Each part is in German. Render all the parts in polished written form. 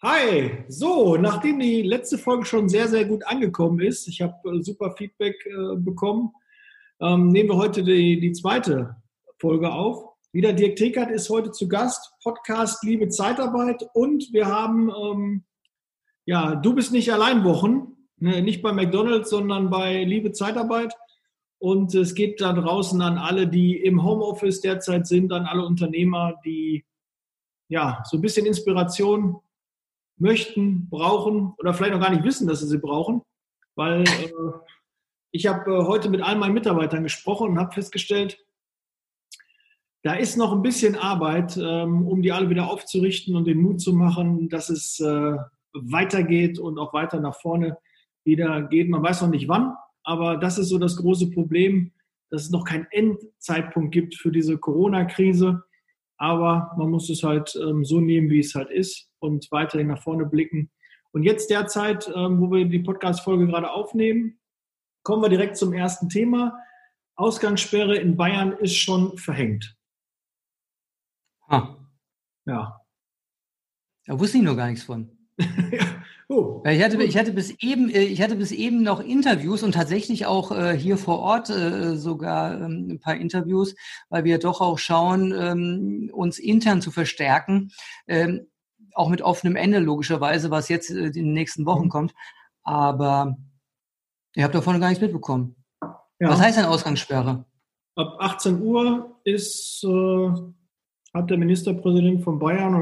Hi, so, nachdem die letzte Folge schon sehr, sehr gut angekommen ist, ich habe super Feedback bekommen, nehmen wir heute die zweite Folge auf. Wieder Dirk Thekert ist heute zu Gast, Podcast Liebe Zeitarbeit und wir haben, ja, Du bist nicht allein Wochen, ne, nicht bei McDonald's, sondern bei Liebe Zeitarbeit. Und es geht da draußen an alle, die im Homeoffice derzeit sind, an alle Unternehmer, die ja so ein bisschen Inspiration möchten, brauchen oder vielleicht noch gar nicht wissen, dass sie brauchen, weil ich habe heute mit all meinen Mitarbeitern gesprochen und habe festgestellt, da ist noch ein bisschen Arbeit, um die alle wieder aufzurichten und den Mut zu machen, dass es weitergeht und auch weiter nach vorne wieder geht. Man weiß noch nicht wann, aber das ist so das große Problem, dass es noch keinen Endzeitpunkt gibt für diese Corona-Krise. Aber man muss es halt so nehmen, wie es halt ist und weiterhin nach vorne blicken. Und jetzt derzeit, wo wir die Podcast-Folge gerade aufnehmen, kommen wir direkt zum ersten Thema. Ausgangssperre in Bayern ist schon verhängt. Ah, Ja. da wusste ich noch gar nichts von. Oh, Ich hatte bis eben noch Interviews und tatsächlich auch hier vor Ort sogar ein paar Interviews, weil wir doch auch schauen, uns intern zu verstärken, auch mit offenem Ende logischerweise, was jetzt in den nächsten Wochen kommt. Aber ich habe davon gar nichts mitbekommen. Ja. Was heißt denn Ausgangssperre? Ab 18 Uhr hat der Ministerpräsident von Bayern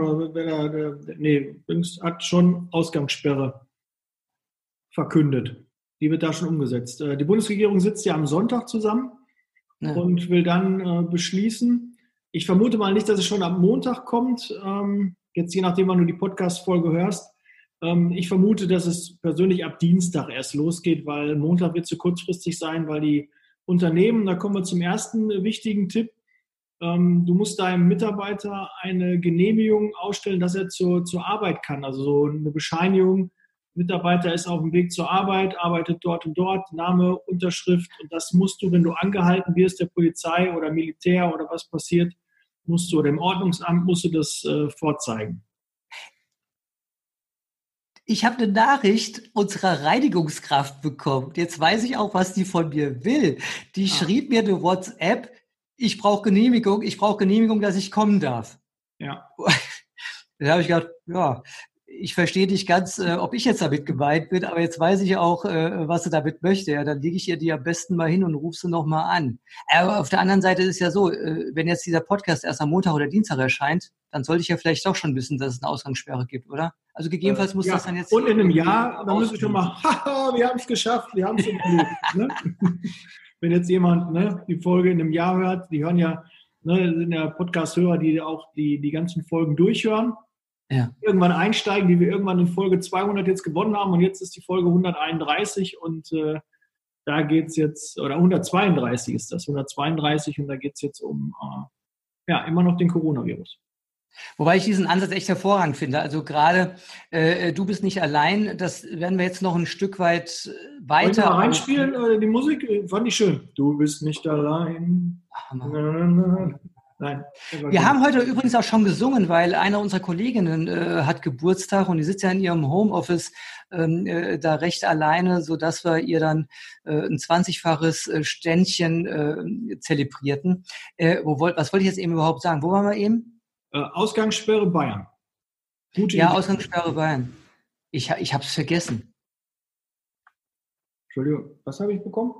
hat schon Ausgangssperre verkündet. Die wird da schon umgesetzt. Die Bundesregierung sitzt ja am Sonntag zusammen und will dann beschließen. Ich vermute mal nicht, dass es schon am Montag kommt. Jetzt je nachdem, wann du die Podcast-Folge hörst. Ich vermute, dass es persönlich ab Dienstag erst losgeht, weil Montag wird zu kurzfristig sein, weil die Unternehmen, da kommen wir zum ersten wichtigen Tipp, du musst deinem Mitarbeiter eine Genehmigung ausstellen, dass er zur Arbeit kann. Also so eine Bescheinigung, Mitarbeiter ist auf dem Weg zur Arbeit, arbeitet dort und dort, Name, Unterschrift. Und das musst du, wenn du angehalten wirst, der Polizei oder Militär oder was passiert, musst du, oder im Ordnungsamt musst du das vorzeigen. Ich habe eine Nachricht unserer Reinigungskraft bekommen. Jetzt weiß ich auch, was die von mir will. Die schrieb mir eine WhatsApp, ich brauche Genehmigung, dass ich kommen darf. Ja. Da habe ich gedacht, ja, ich verstehe nicht ganz, ob ich jetzt damit gemeint bin, aber jetzt weiß ich auch, was sie damit möchte. Ja, dann lege ich ihr die am besten mal hin und rufe sie nochmal an. Aber auf der anderen Seite ist es ja so, wenn jetzt dieser Podcast erst am Montag oder Dienstag erscheint, dann sollte ich ja vielleicht doch schon wissen, dass es eine Ausgangssperre gibt, oder? Also gegebenenfalls muss das dann jetzt... Und in einem Jahr, dann müssen wir schon mal, haha, wir haben es geschafft, wir haben es überlebt. Ne? Wenn jetzt jemand die Folge in einem Jahr hört, die hören ja, sind ja Podcast-Hörer, die auch die ganzen Folgen durchhören. Ja. Irgendwann einsteigen, die wir irgendwann in Folge 200 jetzt gewonnen haben und jetzt ist die Folge 131 und da geht es jetzt, oder 132 ist das, 132 und da geht es jetzt um immer noch den Coronavirus. Wobei ich diesen Ansatz echt hervorragend finde. Also gerade du bist nicht allein, das werden wir jetzt noch ein Stück weit weiter... Wollen wir mal reinspielen, die Musik? Fand ich schön. Du bist nicht allein. Nein. Wir haben heute übrigens auch schon gesungen, weil eine unserer Kolleginnen hat Geburtstag und die sitzt ja in ihrem Homeoffice da recht alleine, sodass wir ihr dann ein 20-faches Ständchen zelebrierten. Was wollte ich jetzt eben überhaupt sagen? Wo waren wir eben? Ausgangssperre Bayern. Ausgangssperre Bayern. Ich habe es vergessen. Entschuldigung, was habe ich bekommen?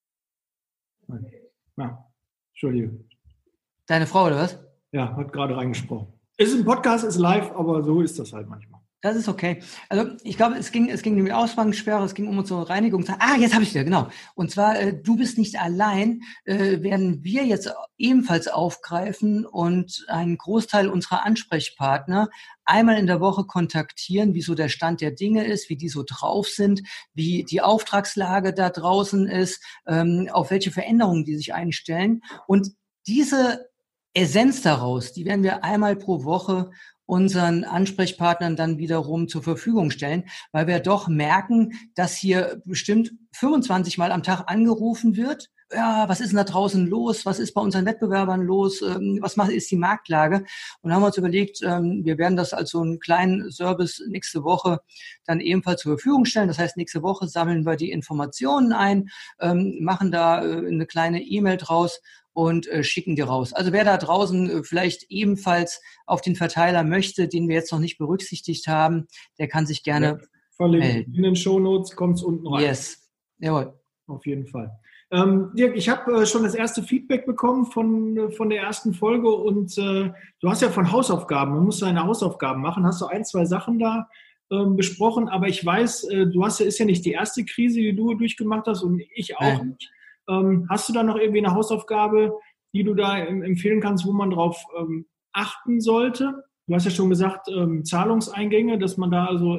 Nein. Entschuldigung. Deine Frau, oder was? Ja, hat gerade reingesprochen. Ist ein Podcast, ist live, aber so ist das halt manchmal. Das ist okay. Also ich glaube, es ging um die Ausgangssperre, es ging um unsere Reinigung. Jetzt habe ich wieder, genau. Und zwar, du bist nicht allein, werden wir jetzt ebenfalls aufgreifen und einen Großteil unserer Ansprechpartner einmal in der Woche kontaktieren, wie so der Stand der Dinge ist, wie die so drauf sind, wie die Auftragslage da draußen ist, auf welche Veränderungen die sich einstellen. Und diese Essenz daraus, die werden wir einmal pro Woche unseren Ansprechpartnern dann wiederum zur Verfügung stellen, weil wir doch merken, dass hier bestimmt 25 Mal am Tag angerufen wird, ja, was ist denn da draußen los? Was ist bei unseren Wettbewerbern los? Ist die Marktlage? Und dann haben wir uns überlegt, wir werden das als so einen kleinen Service nächste Woche dann ebenfalls zur Verfügung stellen. Das heißt, nächste Woche sammeln wir die Informationen ein, machen da eine kleine E-Mail draus und schicken die raus. Also wer da draußen vielleicht ebenfalls auf den Verteiler möchte, den wir jetzt noch nicht berücksichtigt haben, der kann sich gerne melden. In den Shownotes kommt es unten rein. Yes, jawohl. Auf jeden Fall. Dirk, ich habe schon das erste Feedback bekommen von der ersten Folge und du hast ja von Hausaufgaben, man muss seine Hausaufgaben machen, hast du 1, 2 Sachen da besprochen, aber ich weiß, ist ja nicht die erste Krise, die du durchgemacht hast und ich auch nicht. Hast du da noch irgendwie eine Hausaufgabe, die du da empfehlen kannst, wo man drauf achten sollte? Du hast ja schon gesagt, Zahlungseingänge, dass man da also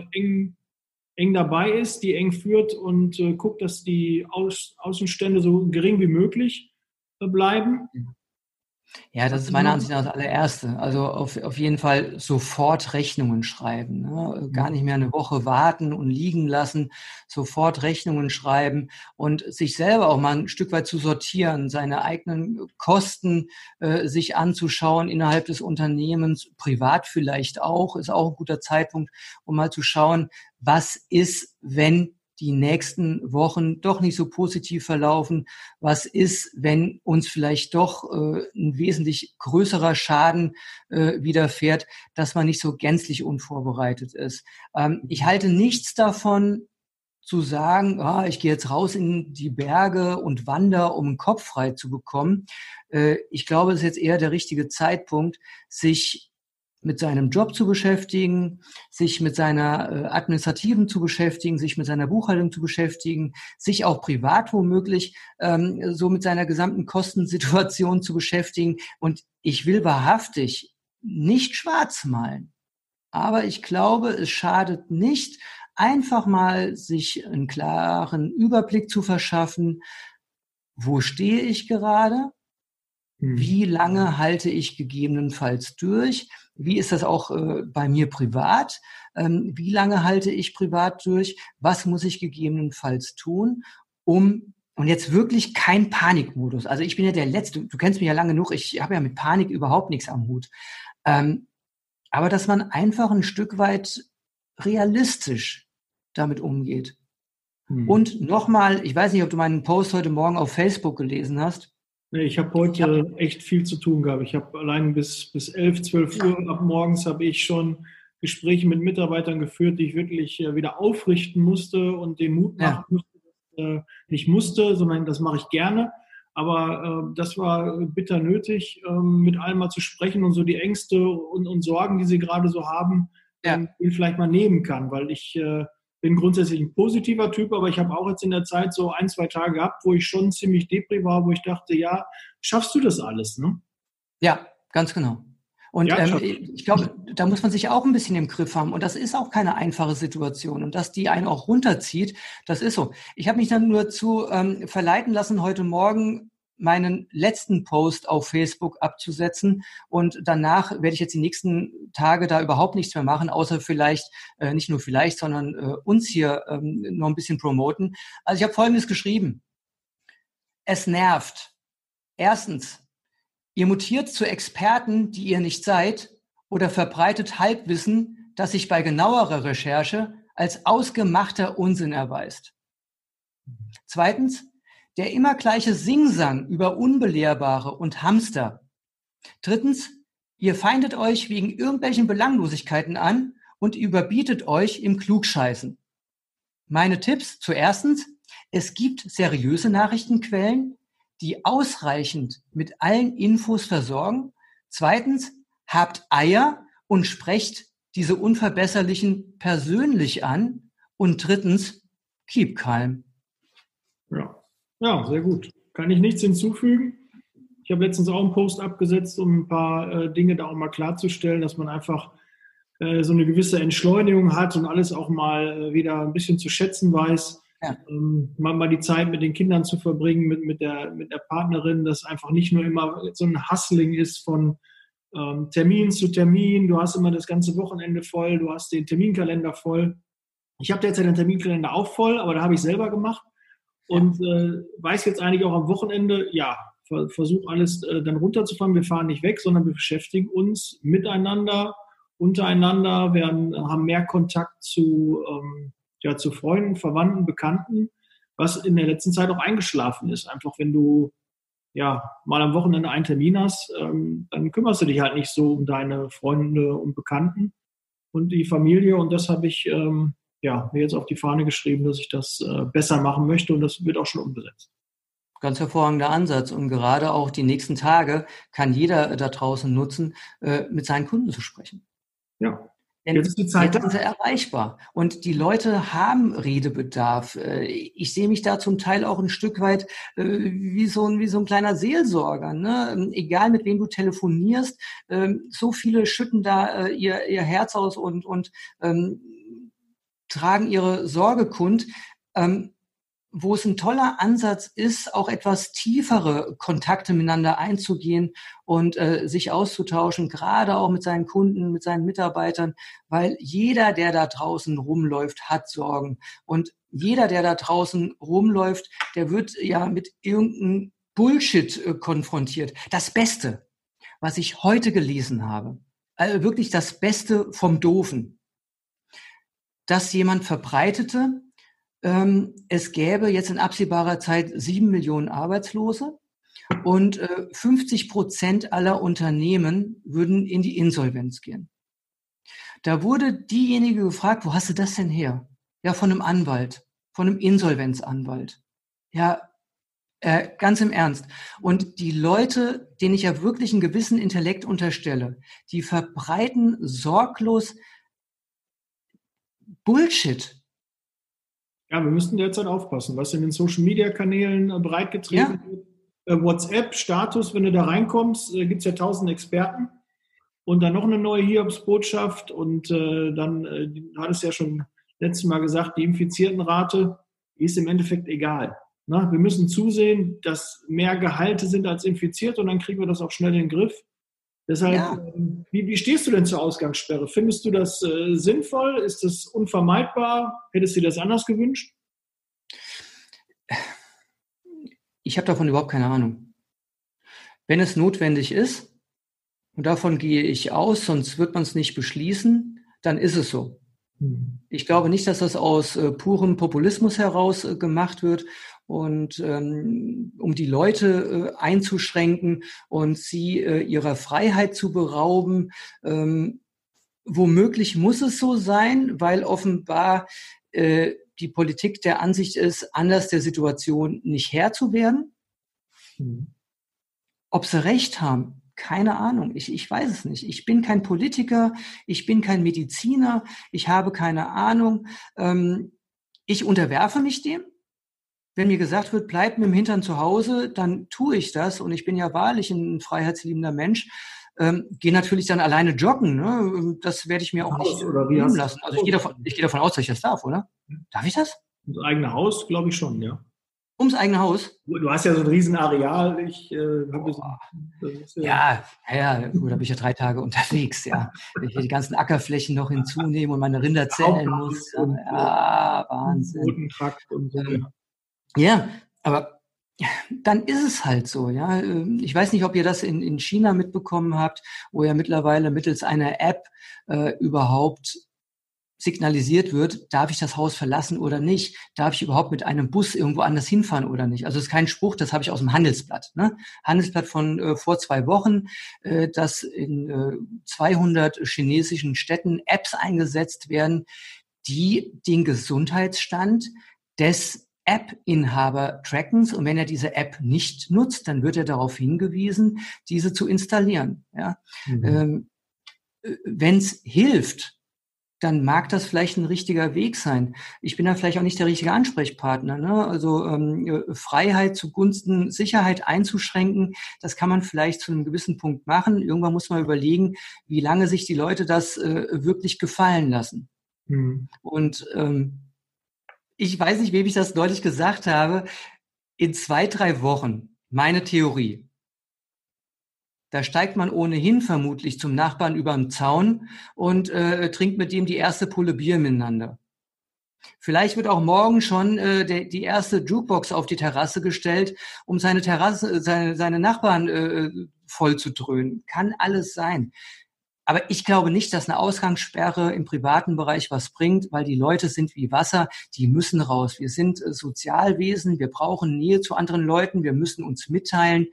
eng dabei ist, die eng führt und guckt, dass die Außenstände so gering wie möglich bleiben. Ja, das ist meiner Ansicht nach das allererste. Also auf jeden Fall sofort Rechnungen schreiben. Ne? Gar nicht mehr eine Woche warten und liegen lassen, sofort Rechnungen schreiben und sich selber auch mal ein Stück weit zu sortieren, seine eigenen Kosten sich anzuschauen innerhalb des Unternehmens, privat vielleicht auch, ist auch ein guter Zeitpunkt, um mal zu schauen, was ist, wenn die nächsten Wochen doch nicht so positiv verlaufen? Was ist, wenn uns vielleicht doch ein wesentlich größerer Schaden widerfährt, dass man nicht so gänzlich unvorbereitet ist? Ich halte nichts davon, zu sagen, ich gehe jetzt raus in die Berge und wandere, um den Kopf frei zu bekommen. Ich glaube, es ist jetzt eher der richtige Zeitpunkt, sich mit seinem Job zu beschäftigen, sich mit seiner Administrativen zu beschäftigen, sich mit seiner Buchhaltung zu beschäftigen, sich auch privat womöglich so mit seiner gesamten Kostensituation zu beschäftigen. Und ich will wahrhaftig nicht schwarz malen, aber ich glaube, es schadet nicht, einfach mal sich einen klaren Überblick zu verschaffen, wo stehe ich gerade? Wie lange halte ich gegebenenfalls durch? Wie ist das auch bei mir privat? Wie lange halte ich privat durch? Was muss ich gegebenenfalls tun, und jetzt wirklich kein Panikmodus. Also ich bin ja der Letzte, du kennst mich ja lange genug, ich habe ja mit Panik überhaupt nichts am Hut. Aber dass man einfach ein Stück weit realistisch damit umgeht. Und nochmal, ich weiß nicht, ob du meinen Post heute Morgen auf Facebook gelesen hast. Ich habe heute echt viel zu tun gehabt. Ich habe allein bis 11, 12 Uhr ab morgens habe ich schon Gespräche mit Mitarbeitern geführt, die ich wirklich wieder aufrichten musste und den Mut machen musste. Nicht musste, sondern das mache ich gerne. Aber das war bitter nötig, mit allen mal zu sprechen und so die Ängste und Sorgen, die sie gerade so haben, vielleicht mal nehmen kann. Weil ich bin grundsätzlich ein positiver Typ, aber ich habe auch jetzt in der Zeit so 1, 2 Tage gehabt, wo ich schon ziemlich depri war, wo ich dachte, ja, schaffst du das alles, ne? Ja, ganz genau. Und ich glaube, da muss man sich auch ein bisschen im Griff haben. Und das ist auch keine einfache Situation. Und dass die einen auch runterzieht, das ist so. Ich habe mich dann nur zu verleiten lassen, heute Morgen meinen letzten Post auf Facebook abzusetzen. Und danach werde ich jetzt die nächsten Tage da überhaupt nichts mehr machen, außer vielleicht, nicht nur vielleicht, sondern uns hier noch ein bisschen promoten. Also ich habe Folgendes geschrieben. Es nervt. Erstens, ihr mutiert zu Experten, die ihr nicht seid, oder verbreitet Halbwissen, das sich bei genauerer Recherche als ausgemachter Unsinn erweist. Zweitens, der immer gleiche Singsang über Unbelehrbare und Hamster. Drittens, ihr feindet euch wegen irgendwelchen Belanglosigkeiten an und überbietet euch im Klugscheißen. Meine Tipps zuerstens, es gibt seriöse Nachrichtenquellen, die ausreichend mit allen Infos versorgen. Zweitens, habt Eier und sprecht diese Unverbesserlichen persönlich an. Und drittens, keep calm. Ja, sehr gut. Kann ich nichts hinzufügen. Ich habe letztens auch einen Post abgesetzt, um ein paar Dinge da auch mal klarzustellen, dass man einfach so eine gewisse Entschleunigung hat und alles auch mal wieder ein bisschen zu schätzen weiß. Ja. Mal die Zeit mit den Kindern zu verbringen, mit der Partnerin, dass einfach nicht nur immer so ein Hustling ist von Termin zu Termin. Du hast immer das ganze Wochenende voll, du hast den Terminkalender voll. Ich habe derzeit den Terminkalender auch voll, aber da habe ich selber gemacht. und weiß jetzt eigentlich auch am Wochenende, ja, versuche alles dann runterzufahren. Wir fahren nicht weg, sondern wir beschäftigen uns miteinander, untereinander, haben mehr Kontakt zu Freunden, Verwandten, Bekannten, was in der letzten Zeit auch eingeschlafen ist. Einfach wenn du ja mal am Wochenende einen Termin hast, dann kümmerst du dich halt nicht so um deine Freunde und Bekannten und die Familie. Und das habe ich mir jetzt auf die Fahne geschrieben, dass ich das besser machen möchte, und das wird auch schon umgesetzt. Ganz hervorragender Ansatz. Und gerade auch die nächsten Tage kann jeder da draußen nutzen, mit seinen Kunden zu sprechen. Ja. Denn jetzt sind sie erreichbar. Und die Leute haben Redebedarf. Ich sehe mich da zum Teil auch ein Stück weit wie so ein kleiner Seelsorger. Ne? Egal mit wem du telefonierst, so viele schütten da ihr Herz aus und tragen ihre Sorge kund. Wo es ein toller Ansatz ist, auch etwas tiefere Kontakte miteinander einzugehen und sich auszutauschen, gerade auch mit seinen Kunden, mit seinen Mitarbeitern, weil jeder, der da draußen rumläuft, hat Sorgen. Und jeder, der da draußen rumläuft, der wird ja mit irgendeinem Bullshit konfrontiert. Das Beste, was ich heute gelesen habe, also wirklich das Beste vom Doofen, dass jemand verbreitete, es gäbe jetzt in absehbarer Zeit 7 Millionen Arbeitslose und 50% aller Unternehmen würden in die Insolvenz gehen. Da wurde diejenige gefragt, wo hast du das denn her? Ja, von einem Anwalt, von einem Insolvenzanwalt. Ja, ganz im Ernst. Und die Leute, denen ich ja wirklich einen gewissen Intellekt unterstelle, die verbreiten sorglos Bullshit. Ja, wir müssten derzeit aufpassen, was in den Social-Media-Kanälen breitgetreten wird. WhatsApp, Status, wenn du da reinkommst, gibt es ja 1000 Experten und dann noch eine neue Hiobsbotschaft und dann hat es ja schon letztes Mal gesagt, die Infiziertenrate ist im Endeffekt egal. Na, wir müssen zusehen, dass mehr Gehalte sind als infiziert, und dann kriegen wir das auch schnell in den Griff. Deshalb, wie stehst du denn zur Ausgangssperre? Findest du das sinnvoll? Ist das unvermeidbar? Hättest du dir das anders gewünscht? Ich habe davon überhaupt keine Ahnung. Wenn es notwendig ist, und davon gehe ich aus, sonst wird man es nicht beschließen, dann ist es so. Ich glaube nicht, dass das aus purem Populismus heraus gemacht wird und um die Leute einzuschränken und sie ihrer Freiheit zu berauben. Womöglich muss es so sein, weil offenbar die Politik der Ansicht ist, anders der Situation nicht Herr zu werden. Ob sie recht haben, keine Ahnung. Ich weiß es nicht. Ich bin kein Politiker, ich bin kein Mediziner, ich habe keine Ahnung. Ich unterwerfe mich dem. Wenn mir gesagt wird, bleib mit dem Hintern zu Hause, dann tue ich das. Und ich bin ja wahrlich ein freiheitsliebender Mensch. Gehe natürlich dann alleine joggen. Ne? Das werde ich mir auch nicht nehmen lassen. Also ich gehe davon aus, dass ich das darf, oder? Darf ich das? Das eigene Haus, glaube ich schon, ja. Ums eigene Haus? Du hast ja so ein Riesenareal. Ja, gut, da bin ich ja 3 Tage unterwegs, ja. Wenn ich hier die ganzen Ackerflächen noch hinzunehme und meine Rinder zählen muss. Ja, Wahnsinn. Und so, ja. Ja, aber dann ist es halt so, ja. Ich weiß nicht, ob ihr das in China mitbekommen habt, wo ja mittlerweile mittels einer App überhaupt signalisiert wird, darf ich das Haus verlassen oder nicht? Darf ich überhaupt mit einem Bus irgendwo anders hinfahren oder nicht? Also das ist kein Spruch, das habe ich aus dem Handelsblatt. Ne? Handelsblatt von vor 2 Wochen, dass in 200 chinesischen Städten Apps eingesetzt werden, die den Gesundheitsstand des App-Inhaber tracken, und wenn er diese App nicht nutzt, dann wird er darauf hingewiesen, diese zu installieren. Ja? Wenn es hilft, dann mag das vielleicht ein richtiger Weg sein. Ich bin da vielleicht auch nicht der richtige Ansprechpartner. Ne? Also Freiheit zugunsten Sicherheit einzuschränken, das kann man vielleicht zu einem gewissen Punkt machen. Irgendwann muss man überlegen, wie lange sich die Leute das wirklich gefallen lassen. Und ich weiß nicht, wem ich das neulich gesagt habe, in 2, 3 Wochen, meine Theorie, da steigt man ohnehin vermutlich zum Nachbarn über den Zaun und trinkt mit dem die erste Pulle Bier miteinander. Vielleicht wird auch morgen schon die erste Jukebox auf die Terrasse gestellt, um seine Nachbarn voll zu dröhnen. Kann alles sein. Aber ich glaube nicht, dass eine Ausgangssperre im privaten Bereich was bringt, weil die Leute sind wie Wasser, die müssen raus. Wir sind Sozialwesen, wir brauchen Nähe zu anderen Leuten, wir müssen uns mitteilen.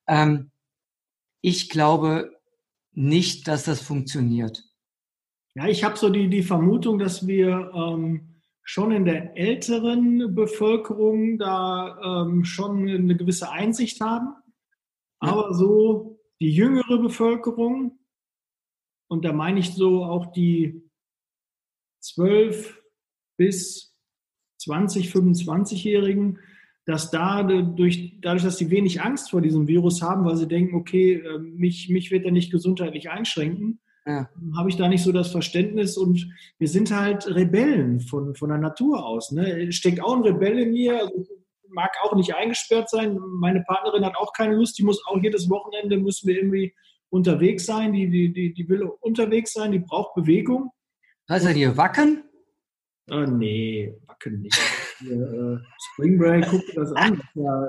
Ich glaube nicht, dass das funktioniert. Ja, ich habe so die Vermutung, dass wir schon in der älteren Bevölkerung da schon eine gewisse Einsicht haben. Ja. Aber so die jüngere Bevölkerung, und da meine ich so auch die 12 bis 20, 25-Jährigen, dass dadurch, dass sie wenig Angst vor diesem Virus haben, weil sie denken, okay, mich wird er nicht gesundheitlich einschränken, habe ich da nicht so das Verständnis. Und wir sind halt Rebellen von der Natur aus. Ne? Steckt auch ein Rebell in mir, also ich mag auch nicht eingesperrt sein. Meine Partnerin hat auch keine Lust, die muss auch jedes Wochenende, müssen wir irgendwie unterwegs sein, die will unterwegs sein, die braucht Bewegung. Was ist denn hier, Wacken? Nee, Wacken nicht. Spring Break, guck dir das an.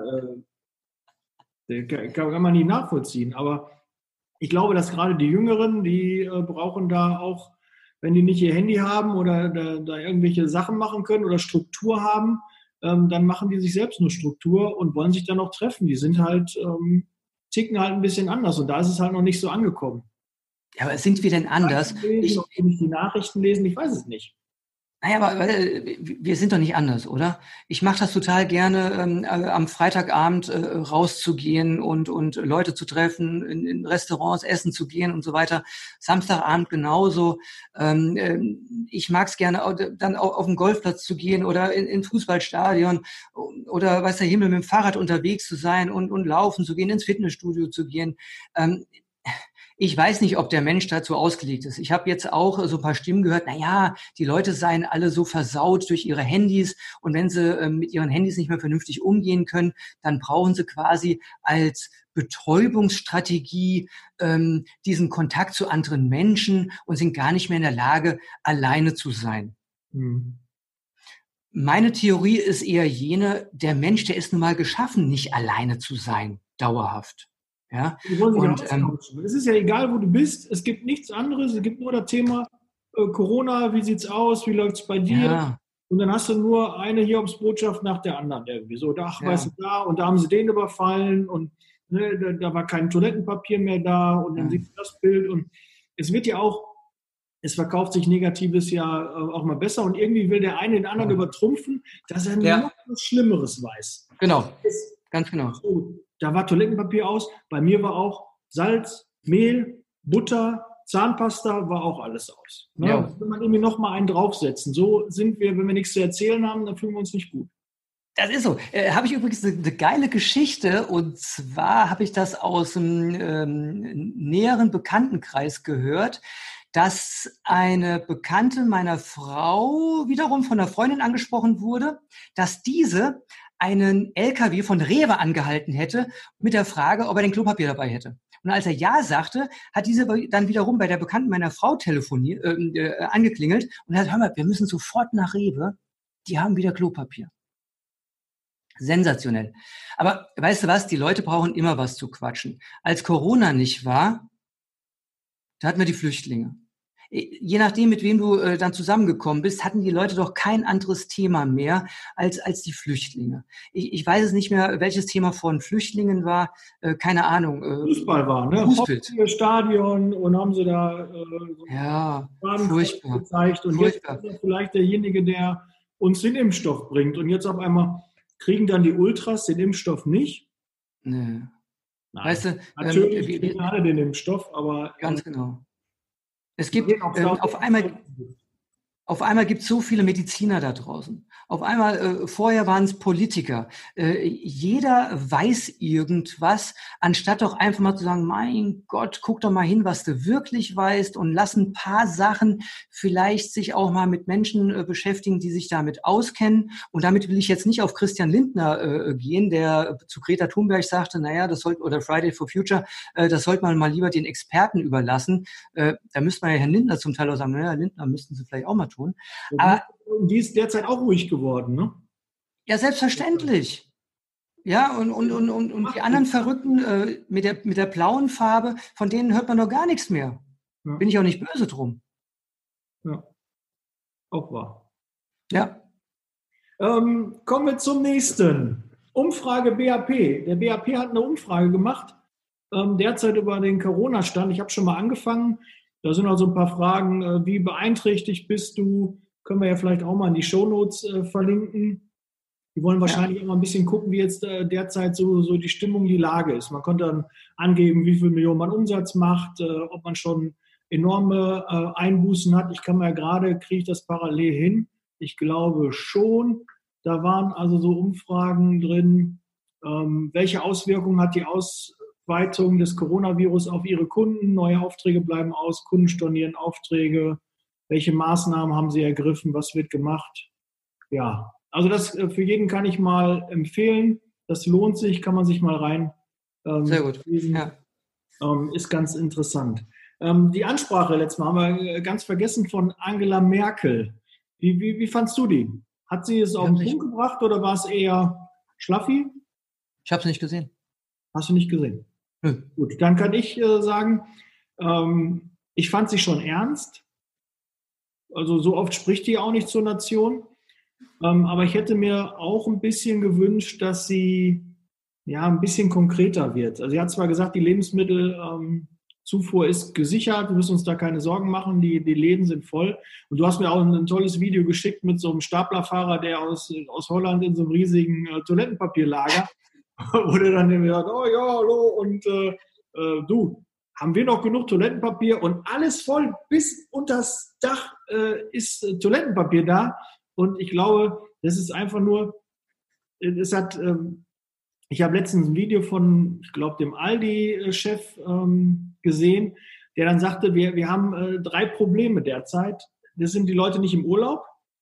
Kann man nicht nachvollziehen. Aber ich glaube, dass gerade die Jüngeren, die brauchen da auch, wenn die nicht ihr Handy haben oder da irgendwelche Sachen machen können oder Struktur haben, dann machen die sich selbst nur Struktur und wollen sich dann auch treffen. Die sind halt ticken halt ein bisschen anders und da ist es halt noch nicht so angekommen. Ja, aber sind wir denn anders? Lesen, nicht die Nachrichten lesen, ich weiß es nicht. Naja, aber wir sind doch nicht anders, oder? Ich mache das total gerne, am Freitagabend rauszugehen und Leute zu treffen, in Restaurants essen zu gehen und so weiter. Samstagabend genauso. Ich mag es gerne, dann auch auf den Golfplatz zu gehen oder in Fußballstadion oder weiß der Himmel, mit dem Fahrrad unterwegs zu sein und laufen zu gehen, ins Fitnessstudio zu gehen. Ich weiß nicht, ob der Mensch dazu ausgelegt ist. Ich habe jetzt auch so ein paar Stimmen gehört, die Leute seien alle so versaut durch ihre Handys und wenn sie mit ihren Handys nicht mehr vernünftig umgehen können, dann brauchen sie quasi als Betäubungsstrategie diesen Kontakt zu anderen Menschen und sind gar nicht mehr in der Lage, alleine zu sein. Meine Theorie ist eher jene, der Mensch, der ist nun mal geschaffen, nicht alleine zu sein, dauerhaft. Ja, und es ist ja egal, wo du bist. Es gibt nichts anderes. Es gibt nur das Thema Corona. Wie sieht's aus? Wie läuft's bei dir? Ja. Und dann hast du nur eine Hiobsbotschaft nach der anderen irgendwie. So, weißt du, da und da haben sie den überfallen und ne, da war kein Toilettenpapier mehr da und dann siehst du das Bild und es wird ja auch, es verkauft sich Negatives ja auch mal besser und irgendwie will der eine den anderen übertrumpfen, dass er noch was Schlimmeres weiß. Genau, ganz genau. So, da war Toilettenpapier aus, bei mir war auch Salz, Mehl, Butter, Zahnpasta, war auch alles aus. Ne? Ja. Wenn man irgendwie noch mal einen draufsetzen. So sind wir, wenn wir nichts zu erzählen haben, dann fühlen wir uns nicht gut. Das ist so. Habe ich übrigens eine geile Geschichte und zwar habe ich das aus einem näheren Bekanntenkreis gehört, dass eine Bekannte meiner Frau wiederum von einer Freundin angesprochen wurde, dass diese einen LKW von Rewe angehalten hätte mit der Frage, ob er den Klopapier dabei hätte. Und als er ja sagte, hat diese dann wiederum bei der Bekannten meiner Frau angeklingelt und hat, hör mal, wir müssen sofort nach Rewe, die haben wieder Klopapier. Sensationell. Aber weißt du was, die Leute brauchen immer was zu quatschen. Als Corona nicht war, da hatten wir die Flüchtlinge. Je nachdem, mit wem du dann zusammengekommen bist, hatten die Leute doch kein anderes Thema mehr als die Flüchtlinge. Ich weiß es nicht mehr, welches Thema von Flüchtlingen war. Keine Ahnung. Fußball war, ne? Stadion und haben sie da furchtbar. gezeigt. Und furchtbar. Jetzt ist er vielleicht derjenige, der uns den Impfstoff bringt. Und jetzt auf einmal kriegen dann die Ultras den Impfstoff nicht. Nee. Nein. Weißt du, natürlich kriegen alle den Impfstoff, aber ganz genau. Es gibt auf einmal gibt es so viele Mediziner da draußen. Auf einmal, vorher waren es Politiker. Jeder weiß irgendwas, anstatt doch einfach mal zu sagen, mein Gott, guck doch mal hin, was du wirklich weißt und lass ein paar Sachen vielleicht sich auch mal mit Menschen beschäftigen, die sich damit auskennen. Und damit will ich jetzt nicht auf Christian Lindner gehen, der zu Greta Thunberg sagte, oder Friday for Future, das sollte man mal lieber den Experten überlassen. Da müsste man ja Herrn Lindner zum Teil auch sagen, Lindner müssten Sie vielleicht auch mal tun. Aber Und die ist derzeit auch ruhig geworden, ne? Ja, selbstverständlich. Ja, und die anderen Verrückten mit der blauen Farbe, von denen hört man doch gar nichts mehr. Ja. Bin ich auch nicht böse drum. Ja, auch wahr. Ja. Kommen wir zum nächsten. Umfrage BAP. Der BAP hat eine Umfrage gemacht, derzeit über den Corona-Stand. Ich habe schon mal angefangen. Da sind also ein paar Fragen. Wie beeinträchtigt bist du? Können wir ja vielleicht auch mal in die Shownotes verlinken. Die wollen wahrscheinlich auch mal ein bisschen gucken, wie jetzt derzeit so die Stimmung, die Lage ist. Man konnte dann angeben, wie viel Millionen man Umsatz macht, ob man schon enorme Einbußen hat. Ich kann mir ja gerade, kriege ich das parallel hin? Ich glaube schon. Da waren also so Umfragen drin. Welche Auswirkungen hat die Ausweitung des Coronavirus auf Ihre Kunden? Neue Aufträge bleiben aus, Kunden stornieren Aufträge. Welche Maßnahmen haben Sie ergriffen? Was wird gemacht? Ja, also das für jeden kann ich mal empfehlen. Das lohnt sich, kann man sich mal rein. Sehr gut. Ja. Ist ganz interessant. Die Ansprache letztes Mal haben wir ganz vergessen von Angela Merkel. Wie fandst du die? Hat sie es auf den Punkt gebracht oder war es eher schlaffi? Ich habe es nicht gesehen. Hast du nicht gesehen? Gut, dann kann ich sagen, ich fand sie schon ernst. Also so oft spricht die auch nicht zur Nation. Aber ich hätte mir auch ein bisschen gewünscht, dass sie ja ein bisschen konkreter wird. Also sie hat zwar gesagt, die Lebensmittelzufuhr ist gesichert, wir müssen uns da keine Sorgen machen, die Läden sind voll. Und du hast mir auch ein tolles Video geschickt mit so einem Staplerfahrer, der aus Holland in so einem riesigen Toilettenpapierlager, wo der dann gesagt, oh ja, hallo, und du, haben wir noch genug Toilettenpapier? Und alles voll, bis unters Dach ist Toilettenpapier da. Und ich glaube, das ist einfach nur, ich habe letztens ein Video von, ich glaube, dem Aldi-Chef gesehen, der dann sagte, wir haben 3 Probleme derzeit. Das sind die Leute nicht im Urlaub.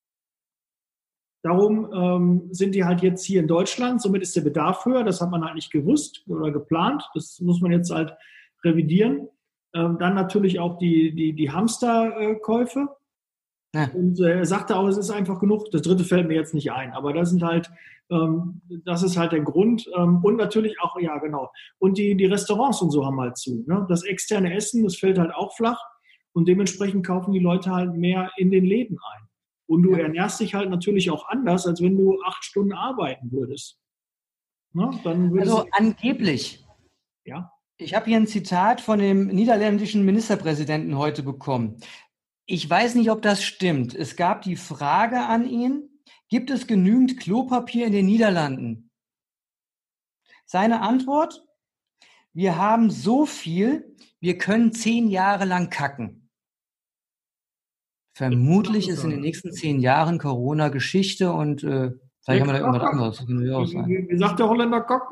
Darum sind die halt jetzt hier in Deutschland. Somit ist der Bedarf höher. Das hat man halt nicht gewusst oder geplant. Das muss man jetzt halt revidieren. Dann natürlich auch die Hamsterkäufe. Ja. Und er sagte auch, es ist einfach genug. Das dritte fällt mir jetzt nicht ein. Aber das ist halt der Grund. Und natürlich auch, ja genau. Und die Restaurants und so haben halt zu. Ne? Das externe Essen, das fällt halt auch flach. Und dementsprechend kaufen die Leute halt mehr in den Läden ein. Und du ernährst dich halt natürlich auch anders, als wenn du 8 Stunden arbeiten würdest. Ne? Also angeblich. Ja. Ich habe hier ein Zitat von dem niederländischen Ministerpräsidenten heute bekommen. Ich weiß nicht, ob das stimmt. Es gab die Frage an ihn, gibt es genügend Klopapier in den Niederlanden? Seine Antwort, wir haben so viel, wir können 10 Jahre lang kacken. Vermutlich ist in den nächsten 10 Jahren Corona Geschichte und vielleicht haben wir da irgendwas anderes. Das kann auch sein. Wie sagt der Holländer Kock?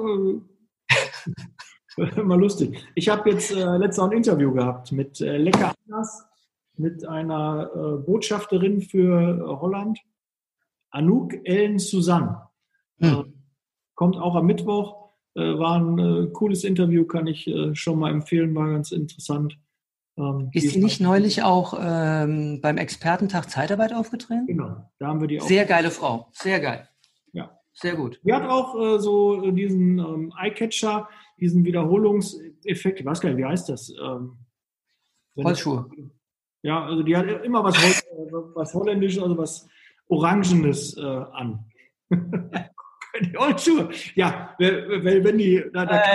Immer lustig. Ich habe jetzt letztes Mal ein Interview gehabt mit Lekker Anders, mit einer Botschafterin für Holland, Anouk Ellen Suzanne. Kommt auch am Mittwoch. War ein cooles Interview, kann ich schon mal empfehlen, war ganz interessant. Ist sie nicht neulich auch beim Expertentag Zeitarbeit aufgetreten? Genau, da haben wir die auch. Sehr geile Frau, sehr geil. Ja. Sehr gut. Die hat auch so diesen Eyecatcher, diesen Wiederholungseffekt, ich weiß gar nicht, wie heißt das? Holzschuhe. Ja, also die hat immer was Holländisches, also was Orangenes an. Die Holzschuhe. Ja, wenn die...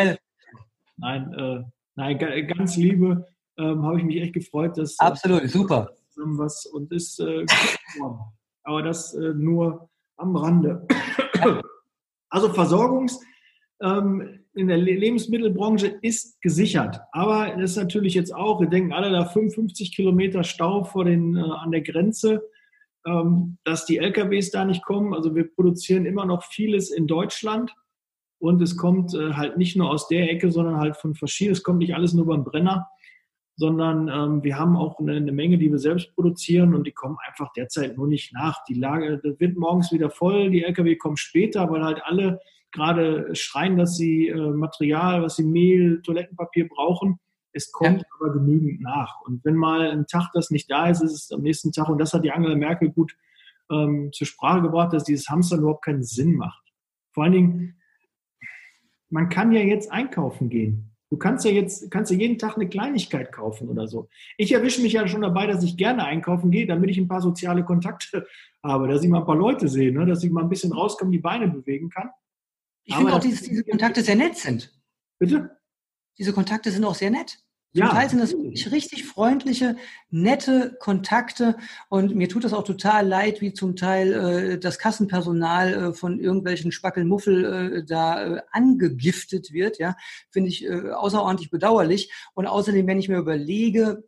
Nein, ganz liebe, habe ich mich echt gefreut, dass... Absolut, super. Was und ist aber das nur am Rande. Also in der Lebensmittelbranche ist gesichert. Aber das ist natürlich jetzt auch, wir denken alle da 55 Kilometer Stau an der Grenze, dass die LKWs da nicht kommen. Also wir produzieren immer noch vieles in Deutschland und es kommt halt nicht nur aus der Ecke, sondern halt von verschiedenen, es kommt nicht alles nur beim Brenner, sondern wir haben auch eine Menge, die wir selbst produzieren und die kommen einfach derzeit nur nicht nach. Die Lage, das wird morgens wieder voll, die LKW kommen später, weil halt alle gerade schreien, dass sie Material, was sie Mehl, Toilettenpapier brauchen. Es kommt aber genügend nach. Und wenn mal ein Tag das nicht da ist, ist es am nächsten Tag, und das hat die Angela Merkel gut zur Sprache gebracht, dass dieses Hamstern überhaupt keinen Sinn macht. Vor allen Dingen, man kann ja jetzt einkaufen gehen. Du kannst ja jeden Tag eine Kleinigkeit kaufen oder so. Ich erwische mich ja schon dabei, dass ich gerne einkaufen gehe, damit ich ein paar soziale Kontakte habe, dass ich mal ein paar Leute sehe, ne? Dass ich mal ein bisschen rauskomme, die Beine bewegen kann. Ich finde auch, dass diese Kontakte sehr nett sind. Bitte? Diese Kontakte sind auch sehr nett. Zum Ja. Teil sind das wirklich richtig freundliche, nette Kontakte und mir tut das auch total leid, wie zum Teil das Kassenpersonal von irgendwelchen Spackelmuffel angegiftet wird. Ja, finde ich außerordentlich bedauerlich. Und außerdem, wenn ich mir überlege,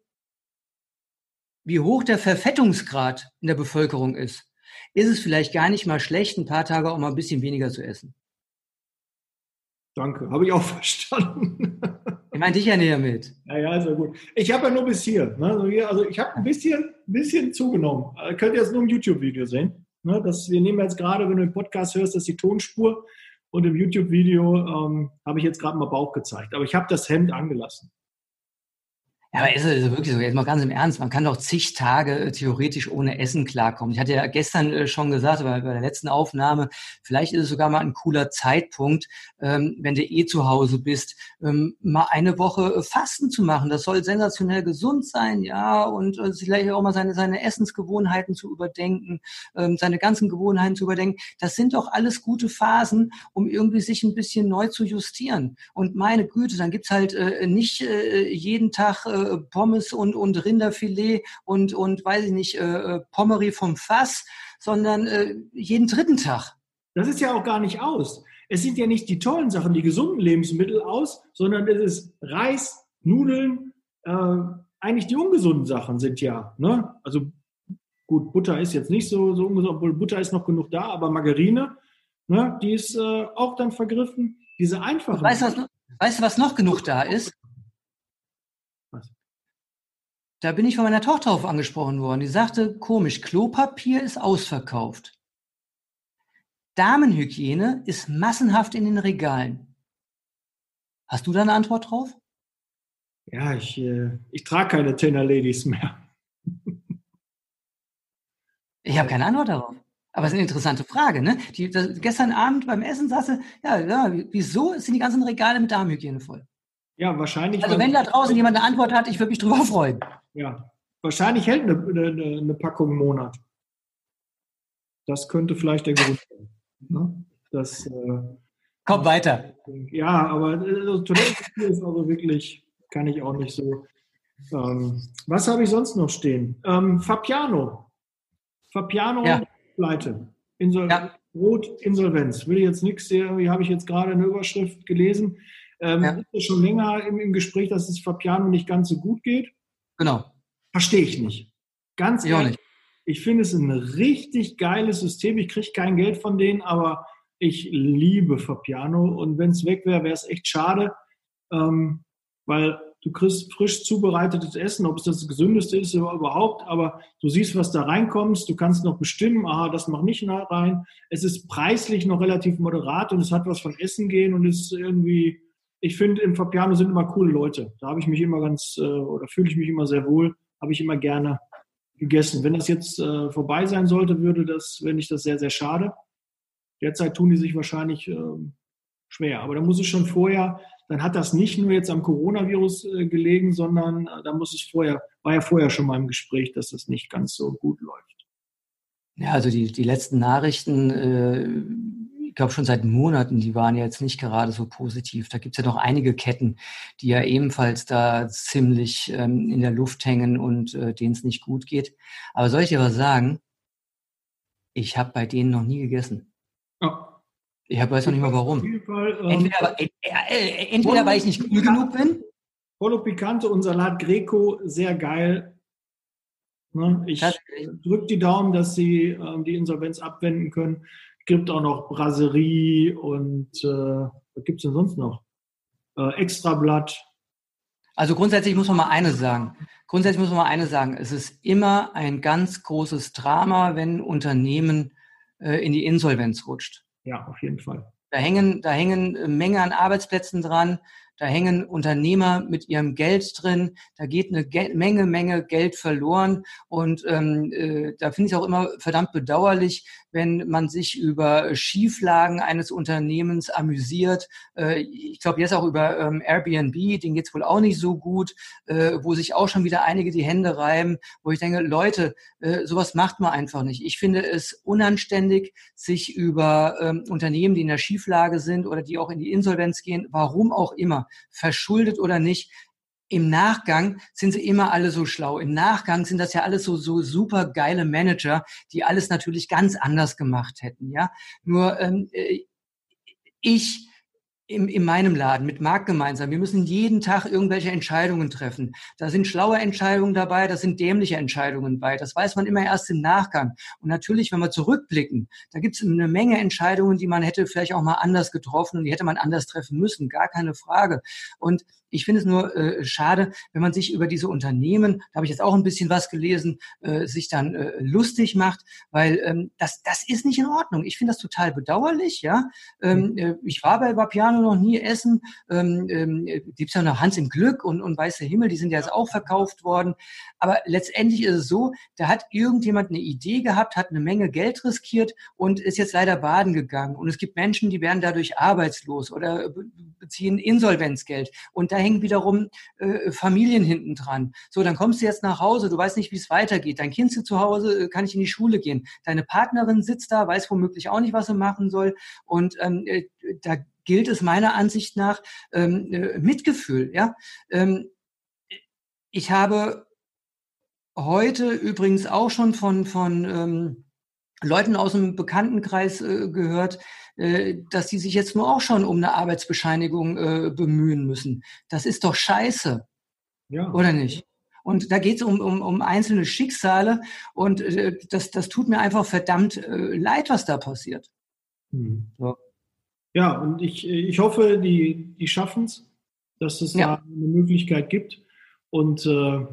wie hoch der Verfettungsgrad in der Bevölkerung ist es vielleicht gar nicht mal schlecht, ein paar Tage auch mal ein bisschen weniger zu essen. Danke, habe ich auch verstanden. Ich meine dich ja näher mit. Ja, ist ja gut. Ich habe ja nur bis hier. Ne? Also ich habe ein bisschen zugenommen. Ihr könnt jetzt nur im YouTube-Video sehen. Ne? Wir nehmen jetzt gerade, wenn du den Podcast hörst, das ist die Tonspur. Und im YouTube-Video habe ich jetzt gerade mal Bauch gezeigt. Aber ich habe das Hemd angelassen. Ja, aber ist es wirklich so? Jetzt mal ganz im Ernst, man kann doch zig Tage theoretisch ohne Essen klarkommen. Ich hatte ja gestern schon gesagt, bei der letzten Aufnahme, vielleicht ist es sogar mal ein cooler Zeitpunkt, wenn du zu Hause bist, mal eine Woche Fasten zu machen. Das soll sensationell gesund sein, ja, und vielleicht auch mal seine Essensgewohnheiten zu überdenken, seine ganzen Gewohnheiten zu überdenken. Das sind doch alles gute Phasen, um irgendwie sich ein bisschen neu zu justieren. Und meine Güte, dann gibt's halt nicht jeden Tag Pommes und Rinderfilet und weiß ich nicht, Pommery vom Fass, sondern jeden dritten Tag. Das ist ja auch gar nicht aus. Es sind ja nicht die tollen Sachen, die gesunden Lebensmittel aus, sondern es ist Reis, Nudeln, eigentlich die ungesunden Sachen sind ja, ne? Also gut, Butter ist jetzt nicht so ungesund, obwohl Butter ist noch genug da, aber Margarine, ne, die ist auch dann vergriffen. Diese einfachen. Weißt du, was noch genug da ist? Was? Da bin ich von meiner Tochter auf angesprochen worden. Die sagte, komisch, Klopapier ist ausverkauft. Damenhygiene ist massenhaft in den Regalen. Hast du da eine Antwort drauf? Ja, ich trage keine Tenor Ladies mehr. Ich habe keine Antwort darauf. Aber es ist eine interessante Frage, ne? Gestern Abend beim Essen saß sie, ja, wieso sind die ganzen Regale mit Damenhygiene voll? Ja, wahrscheinlich. Also wenn da draußen jemand eine Antwort hat, ich würde mich drüber freuen. Ja, wahrscheinlich hält eine Packung einen Monat. Das könnte vielleicht der Grund sein. Ne? Komm weiter. Ja, aber Toilettenpapier ist also wirklich, kann ich auch nicht so. Was habe ich sonst noch stehen? Fapiano, Ja. Pleite. Ja. Rot, Insolvenz. Will ich jetzt nichts, hier habe ich jetzt gerade eine Überschrift gelesen. Ist ja schon länger im Gespräch, dass es Fapiano nicht ganz so gut geht. Genau. Verstehe ich nicht. Ganz Ich auch ehrlich. nicht. Ich finde es ein richtig geiles System. Ich kriege kein Geld von denen, aber ich liebe Fapiano. Und wenn es weg wäre, wäre es echt schade, weil du kriegst frisch zubereitetes Essen, ob es das Gesündeste ist überhaupt, aber du siehst, was da reinkommst, du kannst noch bestimmen, das mach nicht rein. Es ist preislich noch relativ moderat und es hat was von Essen gehen und ist irgendwie, ich finde, im Fapiano sind immer coole Leute. Da habe ich mich immer oder fühle ich mich immer sehr wohl, habe ich immer gerne gegessen. Wenn das jetzt vorbei sein sollte, fände ich das sehr, sehr schade. Derzeit tun die sich wahrscheinlich schwer, aber da muss es schon vorher, dann hat das nicht nur jetzt am Coronavirus gelegen, sondern da war ja vorher schon mal im Gespräch, dass das nicht ganz so gut läuft. Ja, also die letzten Nachrichten, ich glaube schon seit Monaten, die waren ja jetzt nicht gerade so positiv. Da gibt es ja noch einige Ketten, die ja ebenfalls da ziemlich in der Luft hängen und denen es nicht gut geht. Aber soll ich dir was sagen? Ich habe bei denen noch nie gegessen. Ja. Ich weiß noch nicht mal warum. Auf jeden Fall, Entweder weil ich nicht cool genug bin. Pollo Picante und Salat Greco, sehr geil. Ne? Ich drücke die Daumen, dass sie die Insolvenz abwenden können. Gibt auch noch Brasserie und was gibt es denn sonst noch? Extrablatt. Also grundsätzlich muss man mal eines sagen. Es ist immer ein ganz großes Drama, wenn ein Unternehmen in die Insolvenz rutscht. Ja, auf jeden Fall. Da hängen Menge an Arbeitsplätzen dran. Da hängen Unternehmer mit ihrem Geld drin, da geht eine Menge Geld verloren und da finde ich es auch immer verdammt bedauerlich, wenn man sich über Schieflagen eines Unternehmens amüsiert. Ich glaube jetzt auch über Airbnb, denen geht's wohl auch nicht so gut, wo sich auch schon wieder einige die Hände reiben, wo ich denke, Leute, sowas macht man einfach nicht. Ich finde es unanständig, sich über Unternehmen, die in der Schieflage sind oder die auch in die Insolvenz gehen, warum auch immer, verschuldet oder nicht. Im Nachgang sind sie immer alle so schlau. Im Nachgang sind das ja alles so super geile Manager, die alles natürlich ganz anders gemacht hätten. Ja, nur ich in meinem Laden mit Marc gemeinsam, wir müssen jeden Tag irgendwelche Entscheidungen treffen. Da sind schlaue Entscheidungen dabei, da sind dämliche Entscheidungen bei. Das weiß man immer erst im Nachgang. Und natürlich, wenn wir zurückblicken, da gibt es eine Menge Entscheidungen, die man hätte vielleicht auch mal anders getroffen und die hätte man anders treffen müssen, gar keine Frage. Und ich finde es nur schade, wenn man sich über diese Unternehmen, da habe ich jetzt auch ein bisschen was gelesen, sich dann lustig macht, weil das ist nicht in Ordnung. Ich finde das total bedauerlich. Ja, ich war bei Vapiano noch nie essen. Gibt's ja noch Hans im Glück und Weißer Himmel, die sind ja jetzt auch verkauft worden. Aber letztendlich ist es so, da hat irgendjemand eine Idee gehabt, hat eine Menge Geld riskiert und ist jetzt leider baden gegangen. Und es gibt Menschen, die werden dadurch arbeitslos oder beziehen Insolvenzgeld. Und da hängen wiederum Familien hinten dran. So, dann kommst du jetzt nach Hause, du weißt nicht, wie es weitergeht. Dein Kind sitzt zu Hause, kann nicht in die Schule gehen. Deine Partnerin sitzt da, weiß womöglich auch nicht, was sie machen soll. Und da gilt es meiner Ansicht nach Mitgefühl. Ja, ich habe heute übrigens auch schon von Leuten aus dem Bekanntenkreis gehört, dass die sich jetzt nur auch schon um eine Arbeitsbescheinigung bemühen müssen. Das ist doch scheiße, ja. Oder nicht? Und da geht es um einzelne Schicksale und das tut mir einfach verdammt leid, was da passiert. So. Ja, und ich hoffe, die schaffen es, dass es da eine Möglichkeit gibt. Und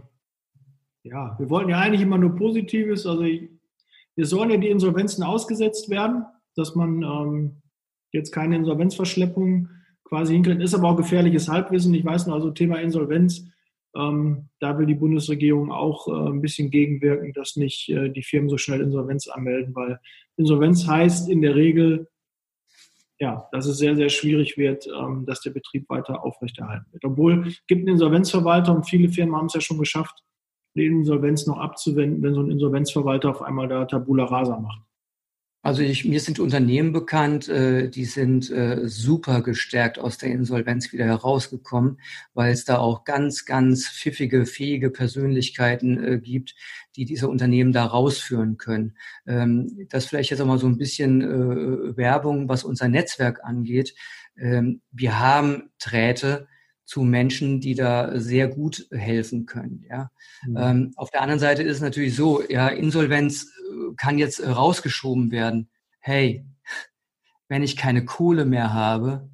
ja, wir wollten ja eigentlich immer nur Positives. Also wir sollen ja die Insolvenzen ausgesetzt werden, dass man jetzt keine Insolvenzverschleppung quasi hinkriegt. Ist aber auch gefährliches Halbwissen. Ich weiß noch, also Thema Insolvenz, da will die Bundesregierung auch ein bisschen gegenwirken, dass nicht die Firmen so schnell Insolvenz anmelden, weil Insolvenz heißt in der Regel, ja, dass es sehr, sehr schwierig wird, dass der Betrieb weiter aufrechterhalten wird. Obwohl es gibt einen Insolvenzverwalter und viele Firmen haben es ja schon geschafft, die Insolvenz noch abzuwenden, wenn so ein Insolvenzverwalter auf einmal da Tabula Rasa macht. Also mir sind Unternehmen bekannt, die sind super gestärkt aus der Insolvenz wieder herausgekommen, weil es da auch ganz pfiffige, fähige Persönlichkeiten gibt, die diese Unternehmen da rausführen können. Das vielleicht jetzt auch mal so ein bisschen Werbung, was unser Netzwerk angeht. Wir haben Drähte zu Menschen, die da sehr gut helfen können. Ja. Mhm. Auf der anderen Seite ist es natürlich so, ja, Insolvenz kann jetzt rausgeschoben werden. Hey, wenn ich keine Kohle mehr habe,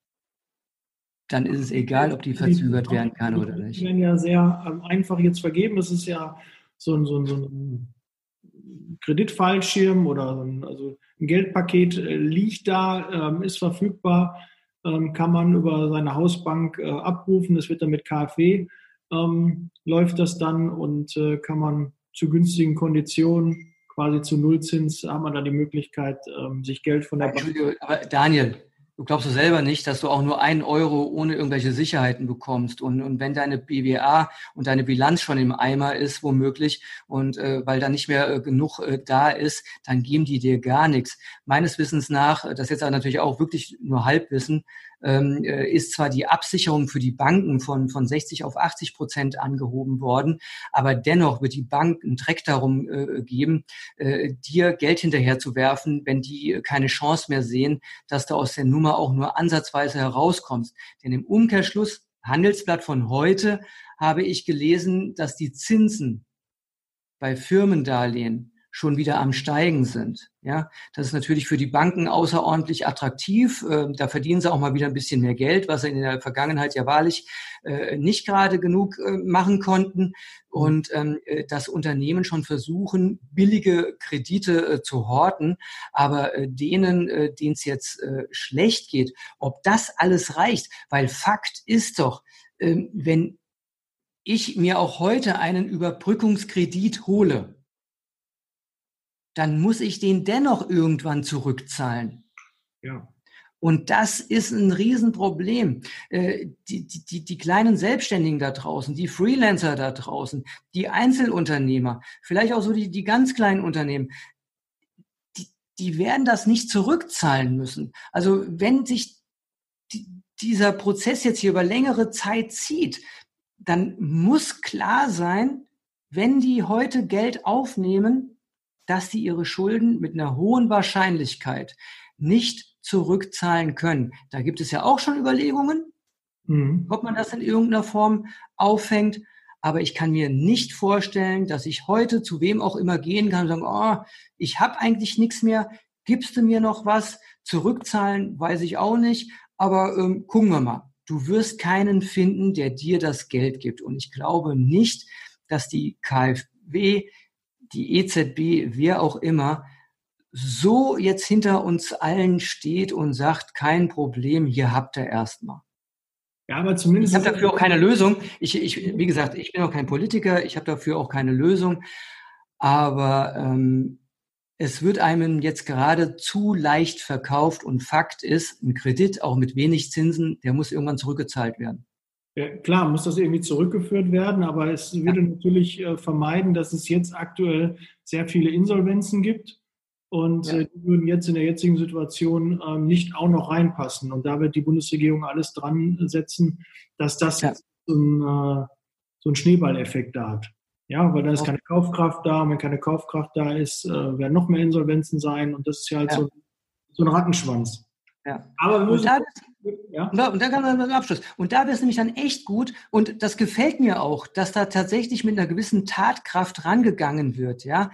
dann ist es egal, ob die verzögert werden kann oder nicht. Die werden ja sehr einfach jetzt vergeben. Es ist ja so ein Kreditfallschirm oder also ein Geldpaket liegt da, ist verfügbar. Kann man über seine Hausbank abrufen. Das wird dann mit KfW läuft das dann und kann man zu günstigen Konditionen, quasi zu Nullzins, hat man da die Möglichkeit, sich Geld von der Bank... Entschuldigung, aber Daniel, du glaubst doch selber nicht, dass du auch nur 1 Euro ohne irgendwelche Sicherheiten bekommst. Und wenn deine BWA und deine Bilanz schon im Eimer ist, womöglich, und weil da nicht mehr genug da ist, dann geben die dir gar nichts. Meines Wissens nach, das ist jetzt aber natürlich auch wirklich nur Halbwissen, ist zwar die Absicherung für die Banken von 60 auf 80% angehoben worden, aber dennoch wird die Bank einen Dreck darum geben, dir Geld hinterher zu werfen, wenn die keine Chance mehr sehen, dass du aus der Nummer auch nur ansatzweise herauskommst. Denn im Umkehrschluss, Handelsblatt von heute, habe ich gelesen, dass die Zinsen bei Firmendarlehen schon wieder am Steigen sind. Ja, das ist natürlich für die Banken außerordentlich attraktiv. Da verdienen sie auch mal wieder ein bisschen mehr Geld, was sie in der Vergangenheit ja wahrlich nicht gerade genug machen konnten. Und das Unternehmen schon versuchen, billige Kredite zu horten. Aber denen es jetzt schlecht geht, ob das alles reicht, weil Fakt ist doch, wenn ich mir auch heute einen Überbrückungskredit hole, dann muss ich den dennoch irgendwann zurückzahlen. Ja. Und das ist ein Riesenproblem. Die kleinen Selbstständigen da draußen, die Freelancer da draußen, die Einzelunternehmer, vielleicht auch so die ganz kleinen Unternehmen, die werden das nicht zurückzahlen müssen. Also wenn sich dieser Prozess jetzt hier über längere Zeit zieht, dann muss klar sein, wenn die heute Geld aufnehmen, dass sie ihre Schulden mit einer hohen Wahrscheinlichkeit nicht zurückzahlen können. Da gibt es ja auch schon Überlegungen, ob man das in irgendeiner Form auffängt. Aber ich kann mir nicht vorstellen, dass ich heute zu wem auch immer gehen kann und sagen, oh, ich habe eigentlich nichts mehr, gibst du mir noch was? Zurückzahlen weiß ich auch nicht, aber gucken wir mal. Du wirst keinen finden, der dir das Geld gibt. Und ich glaube nicht, dass die KfW, die EZB, wer auch immer, so jetzt hinter uns allen steht und sagt, kein Problem, hier habt ihr erstmal. Ja, aber zumindest. Ich habe dafür auch keine Lösung. Wie gesagt, ich bin auch kein Politiker, ich habe dafür auch keine Lösung. Aber es wird einem jetzt gerade zu leicht verkauft und Fakt ist, ein Kredit, auch mit wenig Zinsen, der muss irgendwann zurückgezahlt werden. Ja, klar, muss das irgendwie zurückgeführt werden, aber es würde natürlich vermeiden, dass es jetzt aktuell sehr viele Insolvenzen gibt und die würden jetzt in der jetzigen Situation nicht auch noch reinpassen. Und da wird die Bundesregierung alles dran setzen, dass das jetzt so einen Schneeballeffekt da hat. Ja, weil da ist keine Kaufkraft da und wenn keine Kaufkraft da ist, werden noch mehr Insolvenzen sein und das ist ja halt so ein Rattenschwanz. Ja. Aber wir müssen und dann kann man zum Abschluss. Und da wäre es nämlich dann echt gut, und das gefällt mir auch, dass da tatsächlich mit einer gewissen Tatkraft rangegangen wird, ja,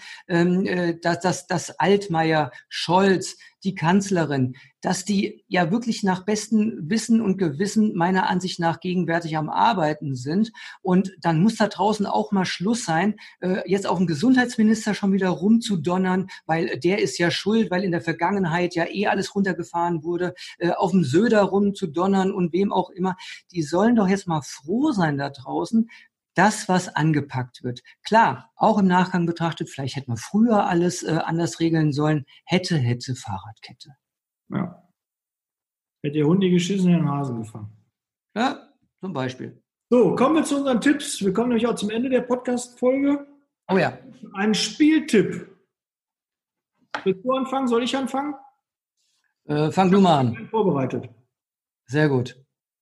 dass Altmaier, Scholz, die Kanzlerin, dass die ja wirklich nach bestem Wissen und Gewissen meiner Ansicht nach gegenwärtig am Arbeiten sind. Und dann muss da draußen auch mal Schluss sein, jetzt auf den Gesundheitsminister schon wieder rumzudonnern, weil der ist ja schuld, weil in der Vergangenheit ja alles runtergefahren wurde, auf dem Söder rumzudonnern und wem auch immer. Die sollen doch jetzt mal froh sein da draußen, das, was angepackt wird. Klar, auch im Nachgang betrachtet, vielleicht hätte man früher alles anders regeln sollen. Hätte, Fahrradkette. Ja. Hätte der Hund die geschissen, in den Hasen gefangen. Ja, zum Beispiel. So, kommen wir zu unseren Tipps. Wir kommen nämlich auch zum Ende der Podcast-Folge. Oh ja. Ein Spieltipp. Willst du anfangen? Soll ich anfangen? Fang du mal an. Vorbereitet. Sehr gut.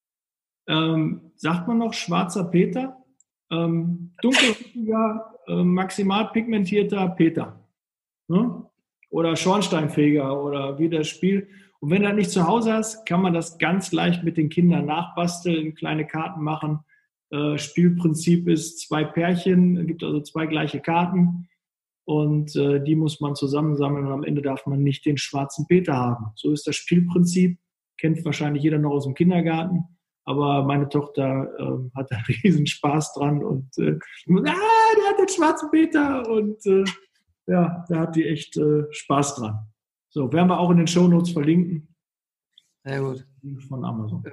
Sagt man noch schwarzer Peter? Dunkelrückiger, maximal pigmentierter Peter. Ne? Oder Schornsteinfeger oder wie das Spiel. Und wenn du das nicht zu Hause hast, kann man das ganz leicht mit den Kindern nachbasteln, kleine Karten machen. Spielprinzip ist 2 Pärchen, es gibt also 2 gleiche Karten und die muss man zusammensammeln und am Ende darf man nicht den schwarzen Peter haben. So ist das Spielprinzip, kennt wahrscheinlich jeder noch aus dem Kindergarten. Aber meine Tochter hat einen riesen Spaß dran und der hat den schwarzen Peter und da hat die echt Spaß dran. So, werden wir auch in den Shownotes verlinken. Sehr gut. Von Amazon.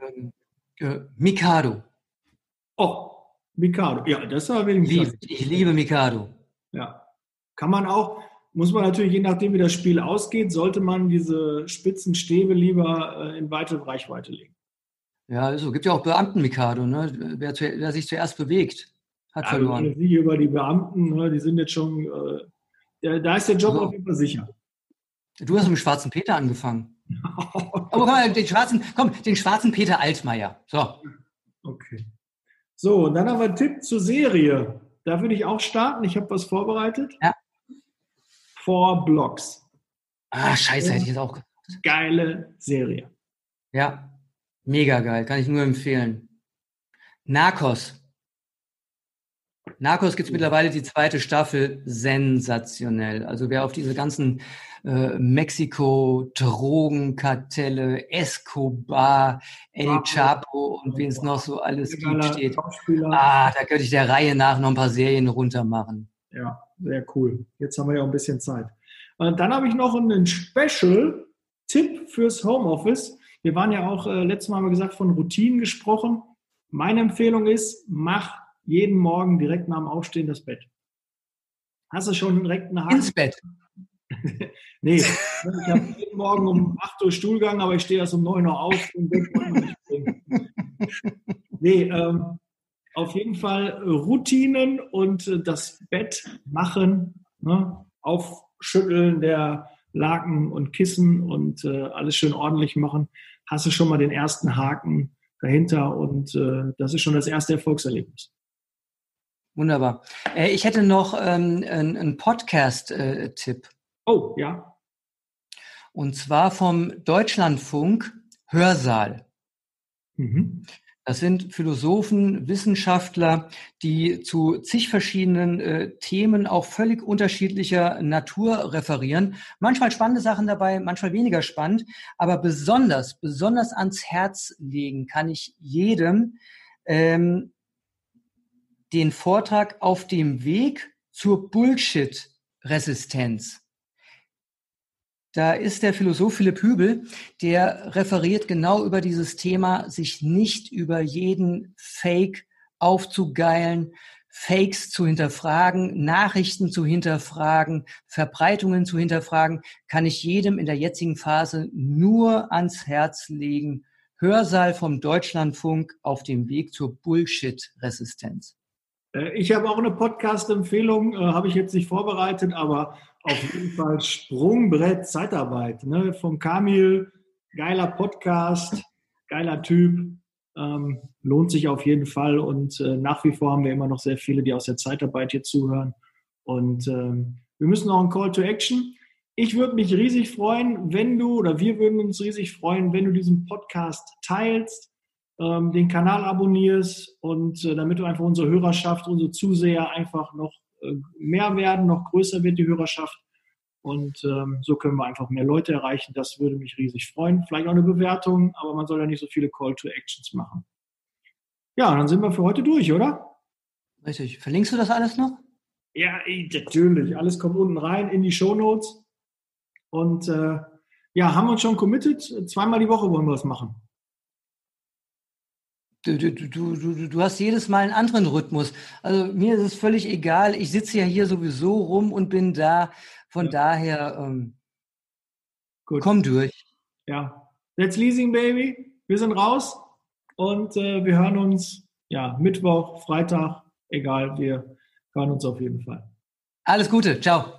Mikado. Oh, Mikado. Ja, das war wenigstens. Ich liebe Mikado. Ja. Kann man auch, muss man natürlich, je nachdem wie das Spiel ausgeht, sollte man diese spitzen Stäbe lieber in weite Reichweite legen. Ja, also gibt ja auch Beamten-Mikado, ne? Wer sich zuerst bewegt, hat verloren. Also nicht über die Beamten, ne? Die sind jetzt schon, da ist der Job auf jeden Fall sicher. Du hast mit dem schwarzen Peter angefangen. Aber den schwarzen Peter Altmaier. So. Okay. So, und dann haben wir einen Tipp zur Serie. Da würde ich auch starten. Ich habe was vorbereitet. Ja. 4 Blocks. Scheiße, hätte ich jetzt auch gesagt. Geile Serie. Ja. Mega geil, kann ich nur empfehlen. Narcos. Narcos gibt es mittlerweile die zweite Staffel, sensationell. Also wer auf diese ganzen Mexiko-Drogenkartelle, Escobar, El Chapo und wen es noch so alles gibt, steht. Da könnte ich der Reihe nach noch ein paar Serien runtermachen. Ja, sehr cool. Jetzt haben wir ja auch ein bisschen Zeit. Und dann habe ich noch einen Special-Tipp fürs Homeoffice. Wir waren ja auch, letztes Mal haben wir gesagt, von Routinen gesprochen. Meine Empfehlung ist, mach jeden Morgen direkt nach dem Aufstehen das Bett. Hast du schon direkt eine Haken? Ins Bett? Nee, ich habe jeden Morgen um 8 Uhr Stuhlgang, aber ich stehe erst um 9 Uhr auf und nicht Nee, auf jeden Fall Routinen und das Bett machen, ne? Aufschütteln der Laken und Kissen und alles schön ordentlich machen. Hast du schon mal den ersten Haken dahinter und das ist schon das erste Erfolgserlebnis. Wunderbar. Ich hätte noch einen Podcast-Tipp. Oh, ja. Und zwar vom Deutschlandfunk Hörsaal. Mhm. Das sind Philosophen, Wissenschaftler, die zu zig verschiedenen Themen auch völlig unterschiedlicher Natur referieren. Manchmal spannende Sachen dabei, manchmal weniger spannend, aber besonders ans Herz legen kann ich jedem den Vortrag auf dem Weg zur Bullshit-Resistenz. Da ist der Philosoph Philipp Hübel, der referiert genau über dieses Thema, sich nicht über jeden Fake aufzugeilen, Fakes zu hinterfragen, Nachrichten zu hinterfragen, Verbreitungen zu hinterfragen, kann ich jedem in der jetzigen Phase nur ans Herz legen. Hörsaal vom Deutschlandfunk auf dem Weg zur Bullshit-Resistenz. Ich habe auch eine Podcast-Empfehlung, habe ich jetzt nicht vorbereitet, aber auf jeden Fall Sprungbrett Zeitarbeit, ne? Von Kamil, geiler Podcast, geiler Typ, lohnt sich auf jeden Fall und nach wie vor haben wir immer noch sehr viele, die aus der Zeitarbeit hier zuhören und wir müssen auch einen Call to Action. Ich würde mich riesig freuen, wir würden uns riesig freuen, wenn du diesen Podcast teilst, den Kanal abonnierst und damit du einfach unsere Hörerschaft, unsere Zuseher einfach noch mehr werden, noch größer wird die Hörerschaft und so können wir einfach mehr Leute erreichen. Das würde mich riesig freuen. Vielleicht auch eine Bewertung, aber man soll ja nicht so viele Call-to-Actions machen. Ja, dann sind wir für heute durch, oder? Richtig. Verlinkst du das alles noch? Ja, natürlich. Alles kommt unten rein in die Shownotes und haben wir uns schon committed. 2-mal die Woche wollen wir das machen. Du hast jedes Mal einen anderen Rhythmus. Also mir ist es völlig egal. Ich sitze ja hier sowieso rum und bin da. Von daher, gut. Komm durch. Ja, that's Leasing, Baby. Wir sind raus und wir hören uns Mittwoch, Freitag, egal, wir hören uns auf jeden Fall. Alles Gute. Ciao.